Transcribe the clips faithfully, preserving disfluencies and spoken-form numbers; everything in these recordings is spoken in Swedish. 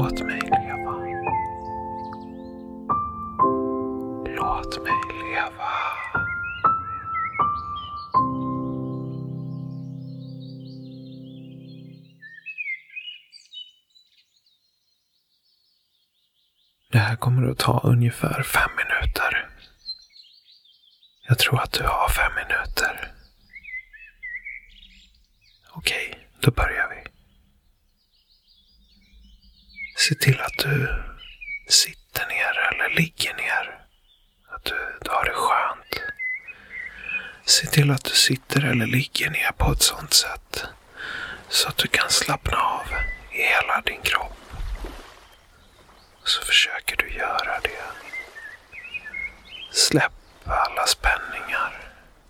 Låt mig leva. Låt mig leva. Det här kommer att ta ungefär fem minuter. Jag tror att du har fem minuter. Okej, då börjar vi. Se till att du sitter ner eller ligger ner. Att du, du har det skönt. Se till att du sitter eller ligger ner på ett sånt sätt så att du kan slappna av i hela din kropp. Så försöker du göra det. Släpp alla spänningar.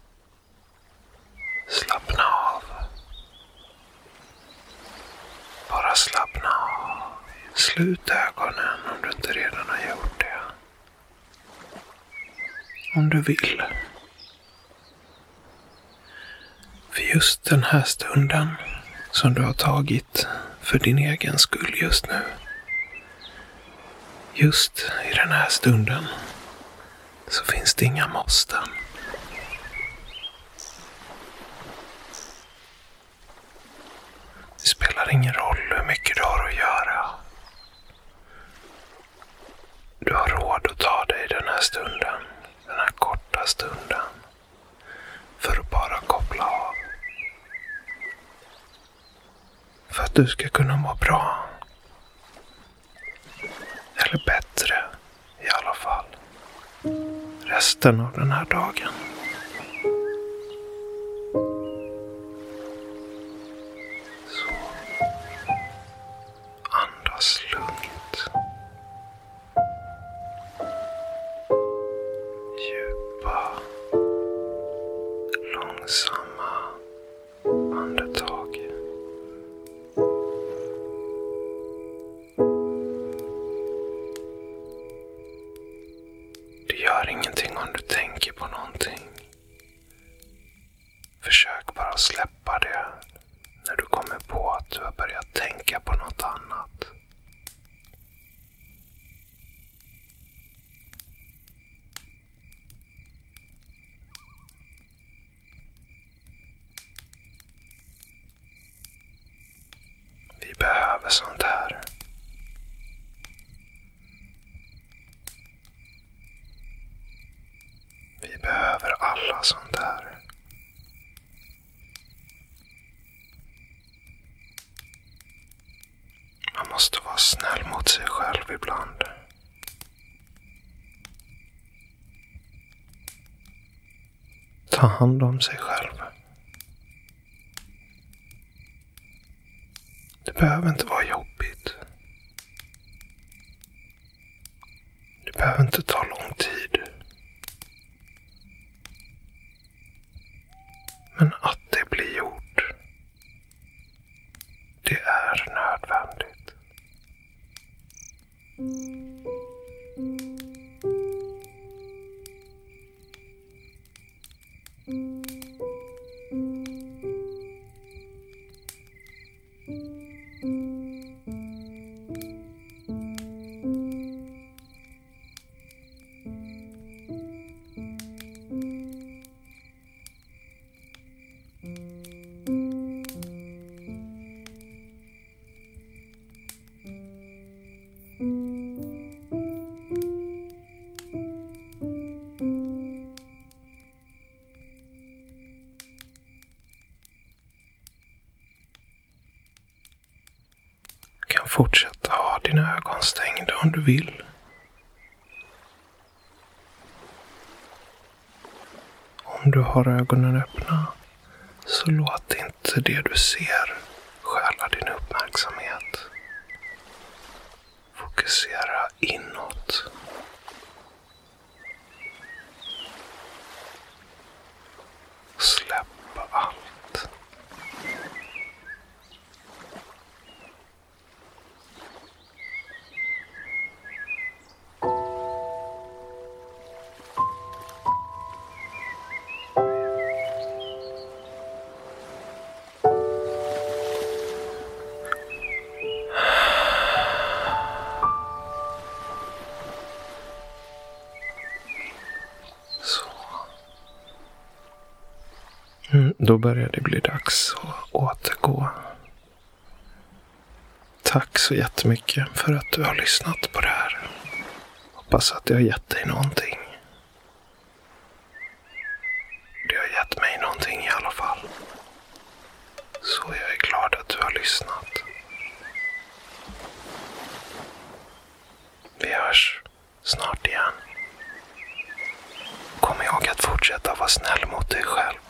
Slappna av. Bara slappna av. Slut ögonen om du inte redan har gjort det. Om du vill. För just den här stunden som du har tagit för din egen skull just nu. Just i den här stunden så finns det inga måsten. Det spelar ingen roll hur mycket du har att göra. Du har råd att ta dig den här stunden, den här korta stunden, för att bara koppla av. För att du ska kunna må bra. Eller bättre i alla fall. Resten av den här dagen. Så. Andas lugnt. Djupa. Långsamma andetag. Gör ingenting om du tänker på någonting. Försök bara släppa det när du kommer på att du har börjat tänka på något annat. Vi behöver sånt här. Vi behöver alla sånt här. Man måste vara snäll mot sig själv ibland. Ta hand om sig själv. Det behöver inte vara jobbigt. Det behöver inte ta lång tid. Men att det blir gjort, det är nödvändigt. Du kan fortsätta ha dina ögon stängda om du vill. Om du har ögonen öppna så låt inte det du ser stjäla din uppmärksamhet. Fokusera inåt. Släpp allt. Då börjar det bli dags att återgå. Tack så jättemycket för att du har lyssnat på det här. Hoppas att det har gett dig någonting. Det har gett mig någonting i alla fall. Så jag är glad att du har lyssnat. Vi hörs snart igen. Kom ihåg att fortsätta vara snäll mot dig själv.